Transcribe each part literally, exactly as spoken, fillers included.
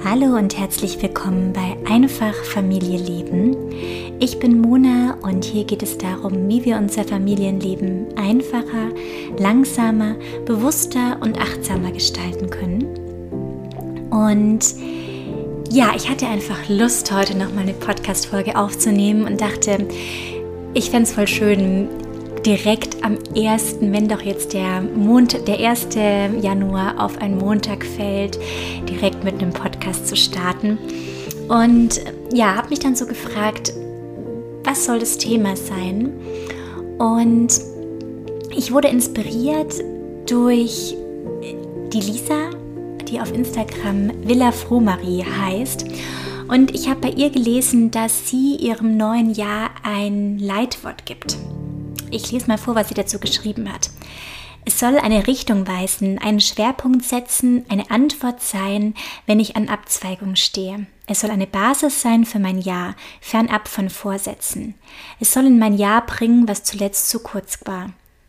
Hallo und herzlich willkommen bei Einfach Familie leben. Ich bin Mona und hier geht es darum, wie wir unser Familienleben einfacher, langsamer, bewusster und achtsamer gestalten können. Und ja, ich hatte einfach Lust, heute nochmal eine Podcast-Folge aufzunehmen und dachte, ich fände es voll schön, direkt am ersten, wenn doch jetzt der Montag, der erste Januar auf einen Montag fällt, direkt mit einem Podcast zu starten. Und ja, habe mich dann so gefragt, was soll das Thema sein? Und ich wurde inspiriert durch die Lisa, die auf Instagram Villa Frohmarie heißt. Und ich habe bei ihr gelesen, dass sie ihrem neuen Jahr ein Leitwort gibt. Ich lese mal vor, was sie dazu geschrieben hat. Es soll eine Richtung weisen, einen Schwerpunkt setzen, eine Antwort sein, wenn ich an Abzweigung stehe. Es soll eine Basis sein für mein Ja, fernab von Vorsätzen. Es soll in mein Ja bringen, was zuletzt zu kurz war.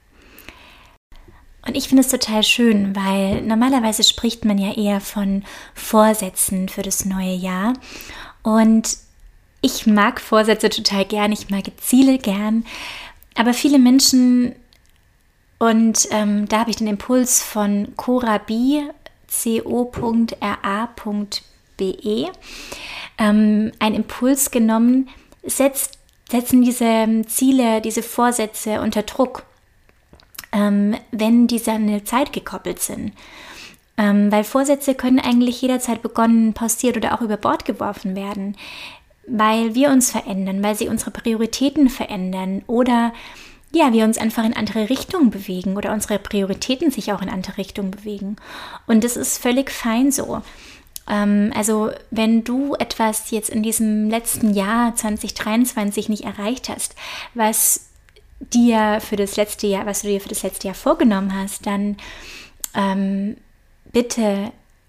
Und ich finde es total schön, weil normalerweise spricht man ja eher von Vorsätzen für das neue Jahr. Und ich mag Vorsätze total gern, ich mag Ziele gern. Aber viele Menschen, und ähm, da habe ich den Impuls von corabi, c o r a punkt b e, ähm, einen Impuls genommen, setzt, setzen diese Ziele, diese Vorsätze unter Druck, ähm, wenn diese an eine Zeit gekoppelt sind. Ähm, weil Vorsätze können eigentlich jederzeit begonnen, pausiert oder auch über Bord geworfen werden. Weil wir uns verändern, weil sie unsere Prioritäten verändern oder ja, wir uns einfach in andere Richtungen bewegen oder unsere Prioritäten sich auch in andere Richtungen bewegen. Und das ist völlig fein so. Ähm, also wenn du etwas jetzt in diesem letzten Jahr zwanzig dreiundzwanzig nicht erreicht hast, was dir für das letzte Jahr, was du dir für das letzte Jahr vorgenommen hast, dann ähm, bitte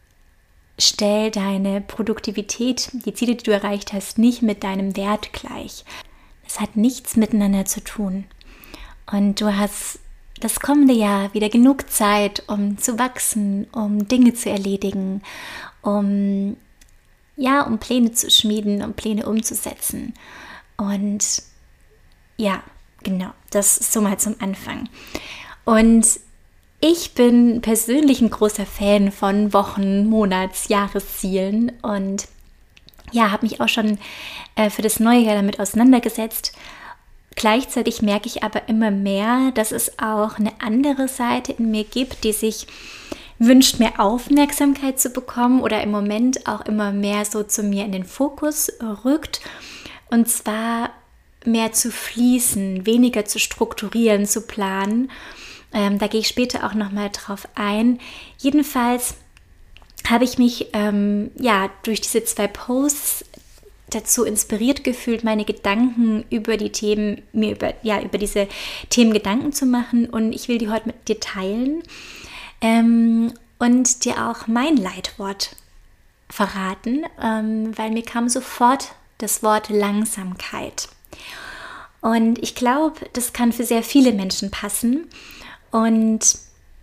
stell deine Produktivität, die Ziele, die du erreicht hast, nicht mit deinem Wert gleich. Es hat nichts miteinander zu tun. Und du hast das kommende Jahr wieder genug Zeit, um zu wachsen, um Dinge zu erledigen, um, ja, um Pläne zu schmieden, um Pläne umzusetzen. Und ja, genau, das ist so mal zum Anfang. Und ich bin persönlich ein großer Fan von Wochen-, Monats-, Jahreszielen und ja, habe mich auch schon äh, für das neue Jahr damit auseinandergesetzt. Gleichzeitig merke ich aber immer mehr, dass es auch eine andere Seite in mir gibt, die sich wünscht, mehr Aufmerksamkeit zu bekommen oder im Moment auch immer mehr so zu mir in den Fokus rückt. Und zwar mehr zu fließen, weniger zu strukturieren, zu planen. Ähm, da gehe ich später auch nochmal drauf ein. Jedenfalls habe ich mich ähm, ja, durch diese zwei Posts dazu inspiriert gefühlt, meine Gedanken über die Themen, mir über, ja, über diese Themen Gedanken zu machen. Und ich will die heute mit dir teilen ähm, und dir auch mein Leitwort verraten, ähm, weil mir kam sofort das Wort Langsamkeit. Und ich glaube, das kann für sehr viele Menschen passen. Und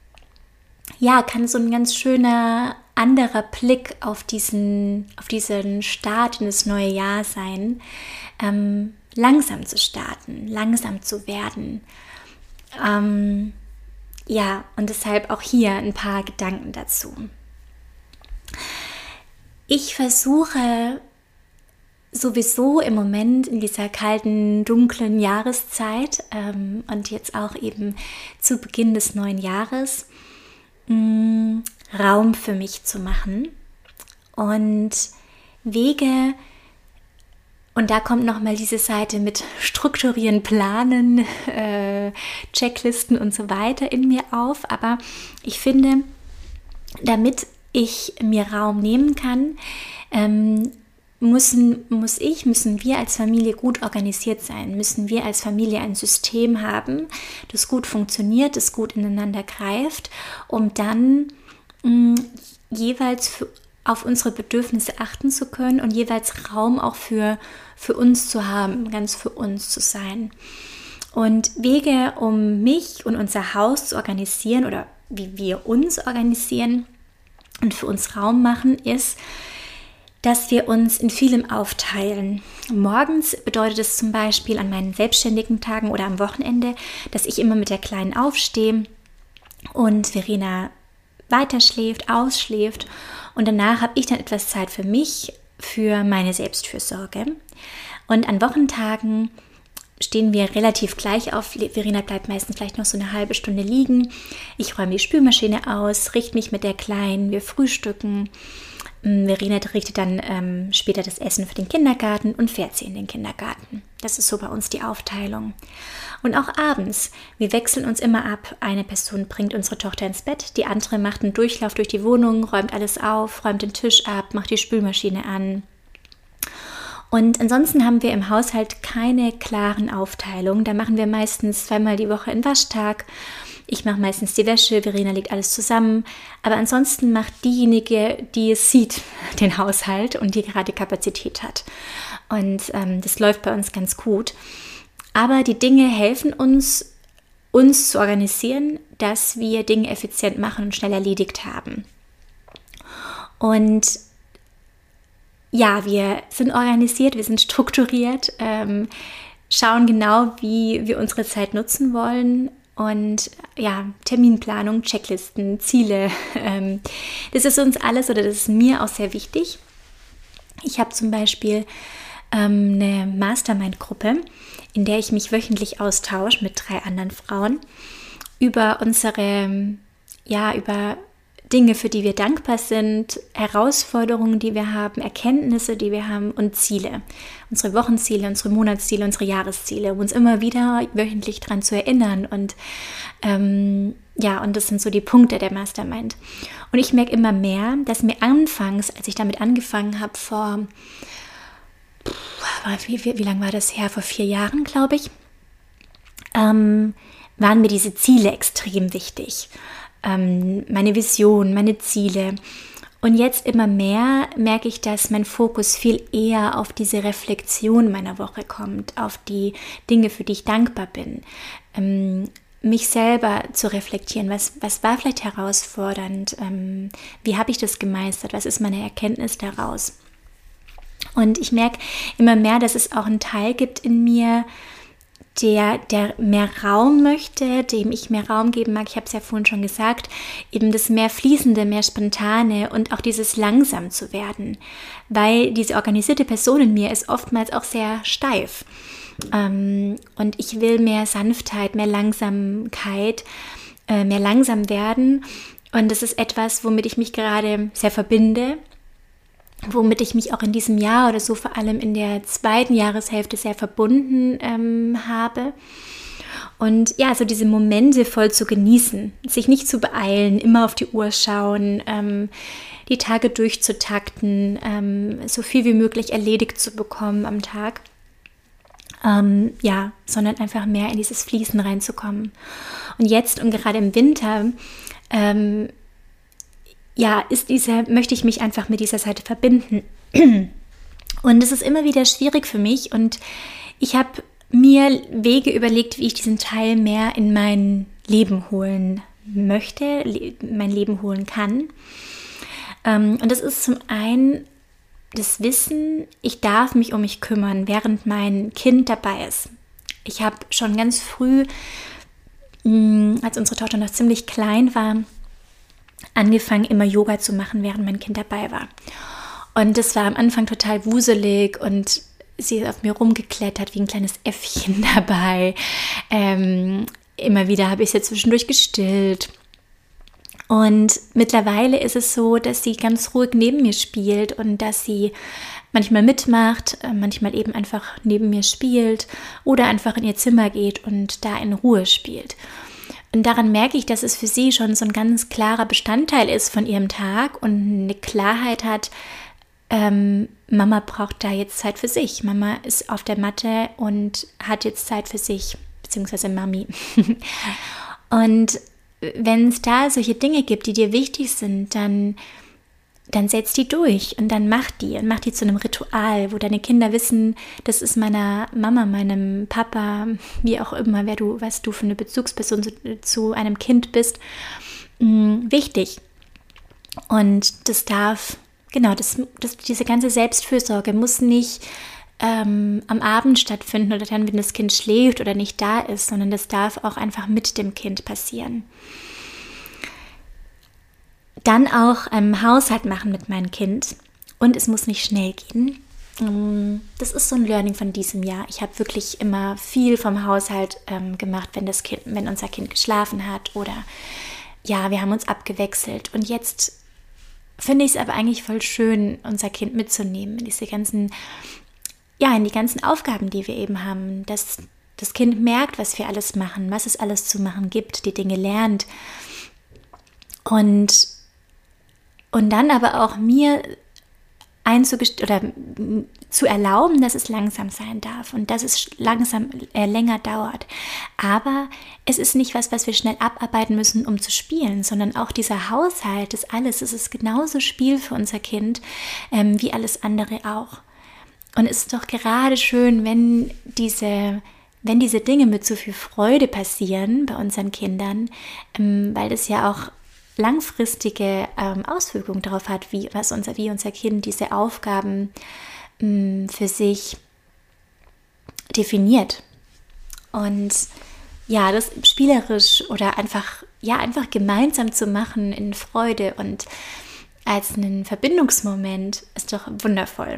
ja, kann so ein ganz schöner anderer Blick auf diesen, auf diesen Start in das neue Jahr sein, ähm, langsam zu starten, langsam zu werden. Ähm, ja, und deshalb auch hier ein paar Gedanken dazu. Ich versuche sowieso im Moment in dieser kalten, dunklen Jahreszeit ähm, und jetzt auch eben zu Beginn des neuen Jahres mh, Raum für mich zu machen und Wege, und da kommt nochmal diese Seite mit Strukturieren, Planen, äh, Checklisten und so weiter in mir auf, aber ich finde, damit ich mir Raum nehmen kann, ähm, Müssen, muss ich, müssen wir als Familie gut organisiert sein, müssen wir als Familie ein System haben, das gut funktioniert, das gut ineinander greift, um dann mh, jeweils für, auf unsere Bedürfnisse achten zu können und jeweils Raum auch für, für uns zu haben, ganz für uns zu sein. Und Wege, um mich und unser Haus zu organisieren oder wie wir uns organisieren und für uns Raum machen, ist, dass wir uns in vielem aufteilen. Morgens bedeutet es zum Beispiel an meinen selbstständigen Tagen oder am Wochenende, dass ich immer mit der Kleinen aufstehe und Verena weiterschläft, ausschläft und danach habe ich dann etwas Zeit für mich, für meine Selbstfürsorge. Und an Wochentagen stehen wir relativ gleich auf. Verena bleibt meistens vielleicht noch so eine halbe Stunde liegen. Ich räume die Spülmaschine aus, richte mich mit der Kleinen, wir frühstücken. Verena richtet dann ähm, später das Essen für den Kindergarten und fährt sie in den Kindergarten. Das ist so bei uns die Aufteilung. Und auch abends, wir wechseln uns immer ab. Eine Person bringt unsere Tochter ins Bett, die andere macht einen Durchlauf durch die Wohnung, räumt alles auf, räumt den Tisch ab, macht die Spülmaschine an. Und ansonsten haben wir im Haushalt keine klaren Aufteilungen. Da machen wir meistens zweimal die Woche einen Waschtag. Ich mache meistens die Wäsche, Verena legt alles zusammen. Aber ansonsten macht diejenige, die es sieht, den Haushalt und die gerade Kapazität hat. Und ähm, das läuft bei uns ganz gut. Aber die Dinge helfen uns, uns zu organisieren, dass wir Dinge effizient machen und schnell erledigt haben. Und ja, wir sind organisiert, wir sind strukturiert, ähm, schauen genau, wie wir unsere Zeit nutzen wollen und ja, Terminplanung, Checklisten, Ziele, ähm, das ist uns alles oder das ist mir auch sehr wichtig. Ich habe zum Beispiel ähm, eine Mastermind-Gruppe, in der ich mich wöchentlich austausche mit drei anderen Frauen über unsere, ja, über Dinge, für die wir dankbar sind, Herausforderungen, die wir haben, Erkenntnisse, die wir haben und Ziele. Unsere Wochenziele, unsere Monatsziele, unsere Jahresziele, um uns immer wieder wöchentlich daran zu erinnern. Und ähm, ja, und das sind so die Punkte der Mastermind. Und ich merke immer mehr, dass mir anfangs, als ich damit angefangen habe, vor, wie, wie, wie lange war das her? Vor vier Jahren, glaube ich, ähm, waren mir diese Ziele extrem wichtig. Meine Vision, meine Ziele. Und jetzt immer mehr merke ich, dass mein Fokus viel eher auf diese Reflexion meiner Woche kommt, auf die Dinge, für die ich dankbar bin, ähm, mich selber zu reflektieren, was, was war vielleicht herausfordernd, ähm, wie habe ich das gemeistert, was ist meine Erkenntnis daraus. Und ich merke immer mehr, dass es auch einen Teil gibt in mir, Der, der mehr Raum möchte, dem ich mehr Raum geben mag, ich habe es ja vorhin schon gesagt, eben das mehr Fließende, mehr Spontane und auch dieses langsam zu werden, weil diese organisierte Person in mir ist oftmals auch sehr steif ähm, und ich will mehr Sanftheit, mehr Langsamkeit, äh, mehr langsam werden und das ist etwas, womit ich mich gerade sehr verbinde, womit ich mich auch in diesem Jahr oder so vor allem in der zweiten Jahreshälfte sehr verbunden ähm, habe. Und ja, so diese Momente voll zu genießen, sich nicht zu beeilen, immer auf die Uhr schauen, ähm, die Tage durchzutakten, ähm, so viel wie möglich erledigt zu bekommen am Tag. Ähm, ja, sondern einfach mehr in dieses Fließen reinzukommen. Und jetzt und gerade im Winter ähm, ja, ist diese, möchte ich mich einfach mit dieser Seite verbinden. Und es ist immer wieder schwierig für mich und ich habe mir Wege überlegt, wie ich diesen Teil mehr in mein Leben holen möchte, mein Leben holen kann. Und das ist zum einen das Wissen, ich darf mich um mich kümmern, während mein Kind dabei ist. Ich habe schon ganz früh, als unsere Tochter noch ziemlich klein war, angefangen, immer Yoga zu machen, während mein Kind dabei war. Und das war am Anfang total wuselig und sie ist auf mir rumgeklettert wie ein kleines Äffchen dabei. Ähm, immer wieder habe ich sie zwischendurch gestillt. Und mittlerweile ist es so, dass sie ganz ruhig neben mir spielt und dass sie manchmal mitmacht, manchmal eben einfach neben mir spielt oder einfach in ihr Zimmer geht und da in Ruhe spielt. Und daran merke ich, dass es für sie schon so ein ganz klarer Bestandteil ist von ihrem Tag und eine Klarheit hat, ähm, Mama braucht da jetzt Zeit für sich. Mama ist auf der Matte und hat jetzt Zeit für sich, beziehungsweise Mami. Und wenn es da solche Dinge gibt, die dir wichtig sind, dann, dann setz die durch und dann mach die und mach die zu einem Ritual, wo deine Kinder wissen, das ist meiner Mama, meinem Papa, wie auch immer, wer du, was du für eine Bezugsperson zu, zu einem Kind bist, mh, wichtig. Und das darf genau, das, das, diese ganze Selbstfürsorge muss nicht ähm, am Abend stattfinden oder dann, wenn das Kind schläft oder nicht da ist, sondern das darf auch einfach mit dem Kind passieren. Dann auch ähm, Haushalt machen mit meinem Kind und es muss nicht schnell gehen. Das ist so ein Learning von diesem Jahr. Ich habe wirklich immer viel vom Haushalt ähm, gemacht, wenn das Kind, wenn unser Kind geschlafen hat oder ja, wir haben uns abgewechselt. Und jetzt finde ich es aber eigentlich voll schön, unser Kind mitzunehmen in diese ganzen, ja, in die ganzen Aufgaben, die wir eben haben, dass das Kind merkt, was wir alles machen, was es alles zu machen gibt, die Dinge lernt und und dann aber auch mir einzugest- oder zu erlauben, dass es langsam sein darf und dass es langsam äh, länger dauert. Aber es ist nicht was, was wir schnell abarbeiten müssen, um zu spielen, sondern auch dieser Haushalt, das alles, es ist genauso Spiel für unser Kind ähm, wie alles andere auch. Und es ist doch gerade schön, wenn diese, wenn diese Dinge mit so viel Freude passieren bei unseren Kindern, ähm, weil das ja auch langfristige ähm, Auswirkungen darauf hat, wie, was unser, wie unser Kind diese Aufgaben ähm, für sich definiert. Und ja, das spielerisch oder einfach, ja, einfach gemeinsam zu machen in Freude und als einen Verbindungsmoment ist doch wundervoll.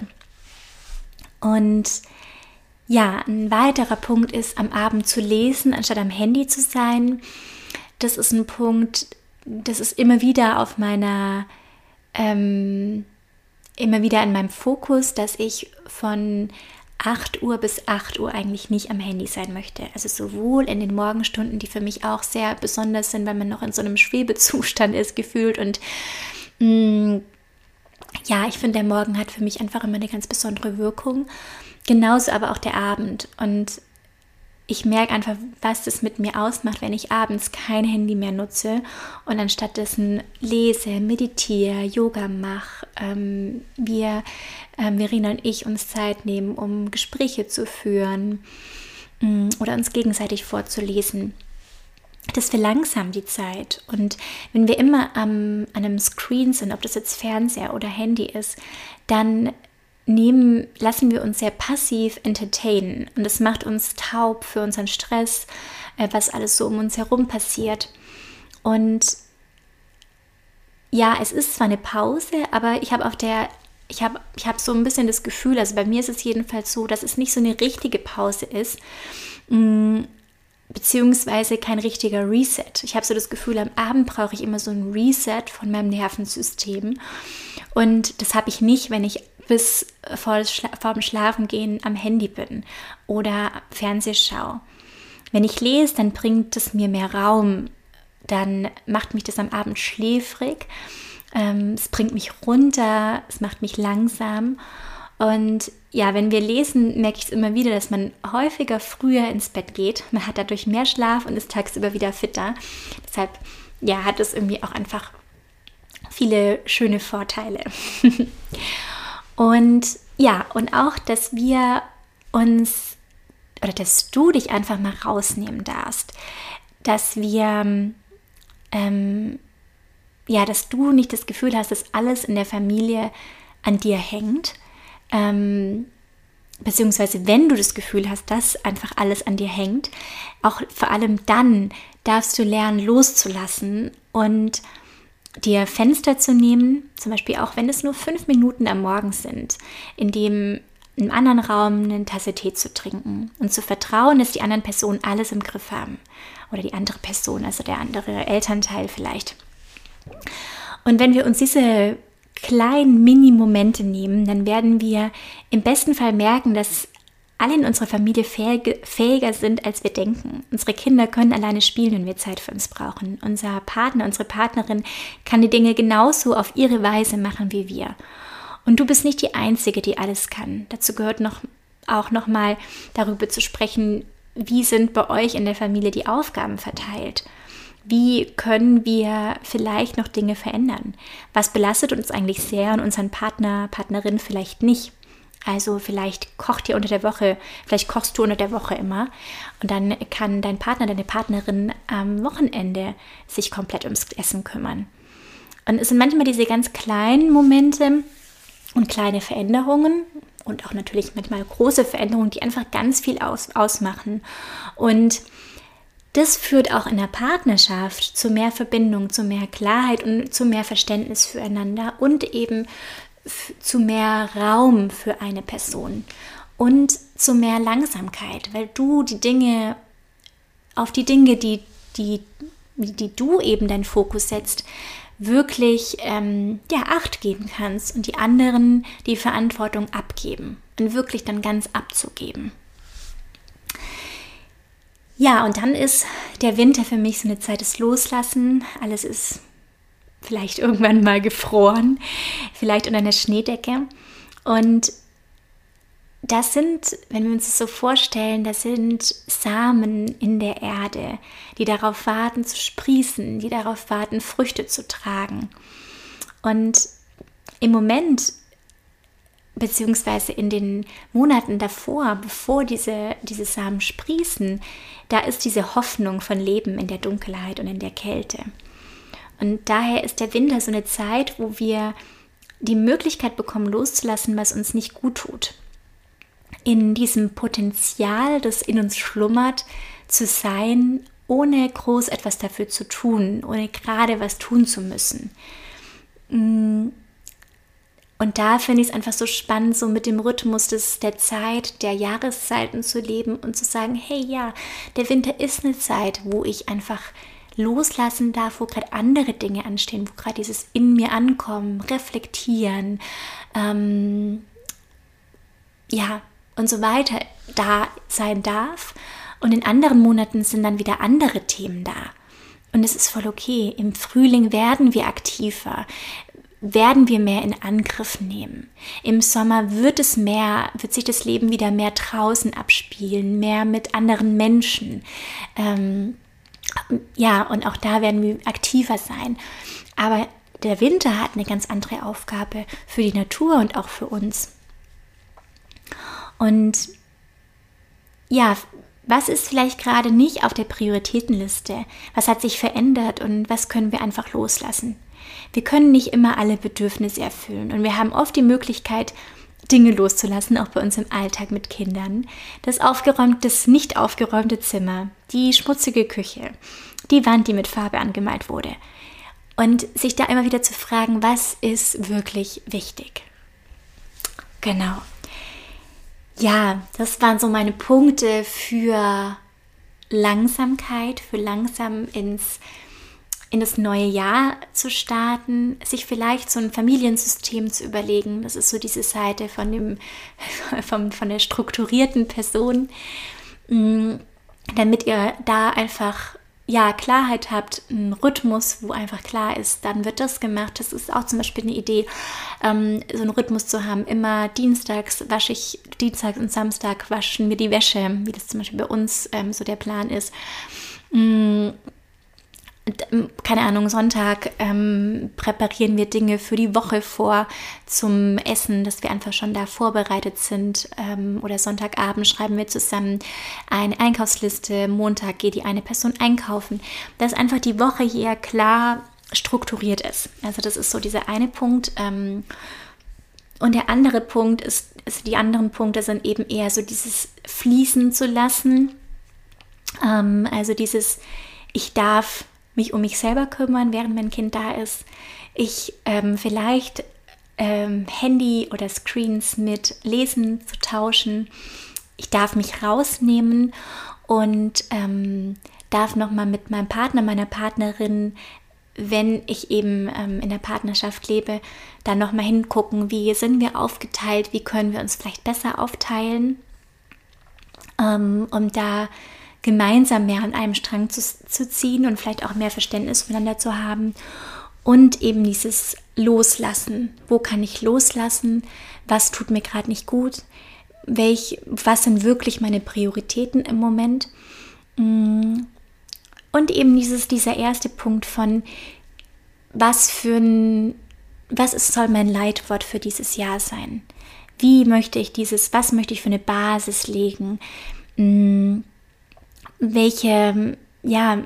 Und ja, ein weiterer Punkt ist, am Abend zu lesen, anstatt am Handy zu sein. Das ist ein Punkt, das ist immer wieder auf meiner, ähm, immer wieder in meinem Fokus, dass ich von acht Uhr bis acht Uhr eigentlich nicht am Handy sein möchte. Also sowohl in den Morgenstunden, die für mich auch sehr besonders sind, weil man noch in so einem Schwebezustand ist gefühlt. Und mh, ja, ich finde, der Morgen hat für mich einfach immer eine ganz besondere Wirkung. Genauso aber auch der Abend. Und ich merke einfach, was das mit mir ausmacht, wenn ich abends kein Handy mehr nutze und anstattdessen lese, meditiere, Yoga mache. Ähm, wir, ähm, Verena und ich, uns Zeit nehmen, um Gespräche zu führen ähm, oder uns gegenseitig vorzulesen. Das verlangsamt die Zeit. Und wenn wir immer am, an einem Screen sind, ob das jetzt Fernseher oder Handy ist, dann Nehmen, lassen wir uns sehr passiv entertainen und das macht uns taub für unseren Stress, äh, was alles so um uns herum passiert. Und ja, es ist zwar eine Pause, aber ich habe auf der, ich habe ich habe so ein bisschen das Gefühl, also bei mir ist es jedenfalls so, dass es nicht so eine richtige Pause ist, mh, beziehungsweise kein richtiger Reset. Ich habe so das Gefühl, am Abend brauche ich immer so ein Reset von meinem Nervensystem und das habe ich nicht, wenn ich bis vor, vor dem Schlafengehen am Handy bin oder Fernseh schaue. Wenn ich lese, dann bringt es mir mehr Raum, dann macht mich das am Abend schläfrig, ähm, es bringt mich runter, es macht mich langsam und ja, wenn wir lesen, merke ich es immer wieder, dass man häufiger früher ins Bett geht, man hat dadurch mehr Schlaf und ist tagsüber wieder fitter, deshalb ja, hat es irgendwie auch einfach viele schöne Vorteile. Und ja, und auch, dass wir uns, oder dass du dich einfach mal rausnehmen darfst, dass wir, ähm, ja, dass du nicht das Gefühl hast, dass alles in der Familie an dir hängt, ähm, beziehungsweise wenn du das Gefühl hast, dass einfach alles an dir hängt, auch vor allem dann darfst du lernen, loszulassen und dir Fenster zu nehmen, zum Beispiel auch wenn es nur fünf Minuten am Morgen sind, in dem im anderen Raum eine Tasse Tee zu trinken und zu vertrauen, dass die anderen Personen alles im Griff haben oder die andere Person, also der andere Elternteil vielleicht. Und wenn wir uns diese kleinen Mini-Momente nehmen, dann werden wir im besten Fall merken, dass alle in unserer Familie fähiger sind, als wir denken. Unsere Kinder können alleine spielen, wenn wir Zeit für uns brauchen. Unser Partner, unsere Partnerin kann die Dinge genauso auf ihre Weise machen wie wir. Und du bist nicht die Einzige, die alles kann. Dazu gehört noch, auch nochmal darüber zu sprechen, wie sind bei euch in der Familie die Aufgaben verteilt? Wie können wir vielleicht noch Dinge verändern? Was belastet uns eigentlich sehr und unseren Partner, Partnerin vielleicht nicht? Also vielleicht kocht ihr unter der Woche, vielleicht kochst du unter der Woche immer und dann kann dein Partner, deine Partnerin am Wochenende sich komplett ums Essen kümmern. Und es sind manchmal diese ganz kleinen Momente, und kleine Veränderungen und auch natürlich manchmal große Veränderungen, die einfach ganz viel aus, ausmachen. Und das führt auch in der Partnerschaft zu mehr Verbindung, zu mehr Klarheit und zu mehr Verständnis füreinander und eben f- zu mehr Raum für eine Person und zu mehr Langsamkeit, weil du die Dinge, auf die Dinge, die, die, die du eben deinen Fokus setzt, wirklich ähm, ja, Acht geben kannst und die anderen die Verantwortung abgeben und wirklich dann ganz abzugeben. Ja, und dann ist der Winter für mich so eine Zeit des Loslassen. Alles ist vielleicht irgendwann mal gefroren, vielleicht unter einer Schneedecke. Und das sind, wenn wir uns das so vorstellen, das sind Samen in der Erde, die darauf warten zu sprießen, die darauf warten, Früchte zu tragen. Und im Moment, beziehungsweise in den Monaten davor, bevor diese, diese Samen sprießen, da ist diese Hoffnung von Leben in der Dunkelheit und in der Kälte. Und daher ist der Winter so eine Zeit, wo wir die Möglichkeit bekommen, loszulassen, was uns nicht gut tut. In diesem Potenzial, das in uns schlummert, zu sein, ohne groß etwas dafür zu tun, ohne gerade was tun zu müssen. Und da finde ich es einfach so spannend, so mit dem Rhythmus des, der Zeit, der Jahreszeiten zu leben und zu sagen, hey ja, der Winter ist eine Zeit, wo ich einfach loslassen darf, wo gerade andere Dinge anstehen, wo gerade dieses in mir ankommen, reflektieren, ähm, ja und so weiter da sein darf. Und in anderen Monaten sind dann wieder andere Themen da. Und es ist voll okay. Im Frühling werden wir aktiver, werden wir mehr in Angriff nehmen. Im Sommer wird es mehr, wird sich das Leben wieder mehr draußen abspielen, mehr mit anderen Menschen. Ähm, ja, und auch da werden wir aktiver sein. Aber der Winter hat eine ganz andere Aufgabe für die Natur und auch für uns. Und ja, was ist vielleicht gerade nicht auf der Prioritätenliste? Was hat sich verändert und was können wir einfach loslassen? Wir können nicht immer alle Bedürfnisse erfüllen und wir haben oft die Möglichkeit, Dinge loszulassen, auch bei uns im Alltag mit Kindern. Das aufgeräumte, das nicht aufgeräumte Zimmer, die schmutzige Küche, die Wand, die mit Farbe angemalt wurde. Und sich da immer wieder zu fragen, was ist wirklich wichtig? Genau. Ja, das waren so meine Punkte für Langsamkeit, für langsam ins, in das neue Jahr zu starten, sich vielleicht so ein Familiensystem zu überlegen. Das ist so diese Seite von, dem, von, von der strukturierten Person, damit ihr da einfach ja, Klarheit habt, einen Rhythmus, wo einfach klar ist, dann wird das gemacht. Das ist auch zum Beispiel eine Idee, ähm, so einen Rhythmus zu haben. Immer dienstags wasche ich, Dienstag und Samstag waschen wir die Wäsche, wie das zum Beispiel bei uns ähm, so der Plan ist. Mm, keine Ahnung, Sonntag ähm, präparieren wir Dinge für die Woche vor zum Essen, dass wir einfach schon da vorbereitet sind. Ähm, oder Sonntagabend schreiben wir zusammen eine Einkaufsliste. Montag geht die eine Person einkaufen. Dass einfach die Woche hier klar strukturiert ist. Also das ist so dieser eine Punkt. Ähm, und der andere Punkt ist, ist, die anderen Punkte sind eben eher so dieses Fließen zu lassen. Ähm, also dieses, ich darf mich um mich selber kümmern, während mein Kind da ist. Ich ähm, vielleicht ähm, Handy oder Screens mit Lesen zu tauschen. Ich darf mich rausnehmen und ähm, darf nochmal mit meinem Partner, meiner Partnerin, wenn ich eben ähm, in der Partnerschaft lebe, dann nochmal hingucken, wie sind wir aufgeteilt, wie können wir uns vielleicht besser aufteilen, ähm, um da gemeinsam mehr an einem Strang zu, zu ziehen und vielleicht auch mehr Verständnis füreinander zu haben und eben dieses Loslassen. Wo kann ich loslassen? Was tut mir gerade nicht gut? Welch, was sind wirklich meine Prioritäten im Moment? Und eben dieses, dieser erste Punkt von, was für ein, was ist, soll mein Leitwort für dieses Jahr sein? Wie möchte ich dieses, was möchte ich für eine Basis legen? Welche, ja,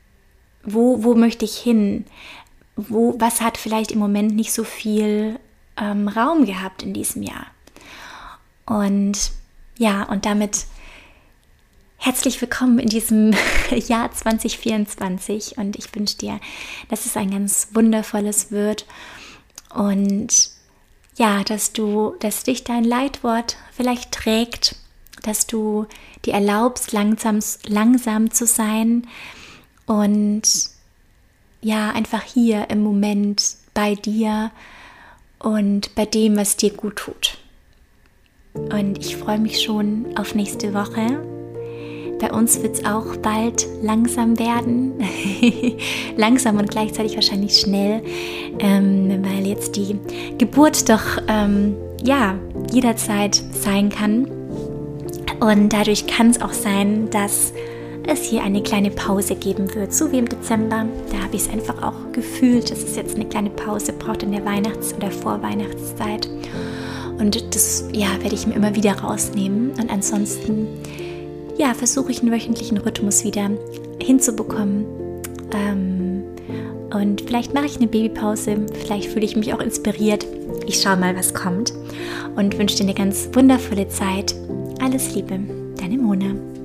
wo, wo möchte ich hin? Wo, was hat vielleicht im Moment nicht so viel ähm, Raum gehabt in diesem Jahr. Und ja, und damit herzlich willkommen in diesem Jahr zwanzig vierundzwanzig und ich wünsche dir, dass es ein ganz wundervolles wird und ja, dass du, dass dich dein Leitwort vielleicht trägt, dass du dir erlaubst, langsam, langsam zu sein und ja, einfach hier im Moment bei dir und bei dem, was dir gut tut. Und ich freue mich schon auf nächste Woche. Bei uns wird es auch bald langsam werden, langsam und gleichzeitig wahrscheinlich schnell, ähm, weil jetzt die Geburt doch ähm, ja, jederzeit sein kann. Und dadurch kann es auch sein, dass es hier eine kleine Pause geben wird, so wie im Dezember. Da habe ich es einfach auch gefühlt, dass es jetzt eine kleine Pause braucht in der Weihnachts- oder Vorweihnachtszeit. Und das ja, werde ich mir immer wieder rausnehmen. Und ansonsten ja, versuche ich einen wöchentlichen Rhythmus wieder hinzubekommen. Ähm, und vielleicht mache ich eine Babypause, vielleicht fühle ich mich auch inspiriert. Ich schaue mal, was kommt und wünsche dir eine ganz wundervolle Zeit. Alles Liebe, deine Mona.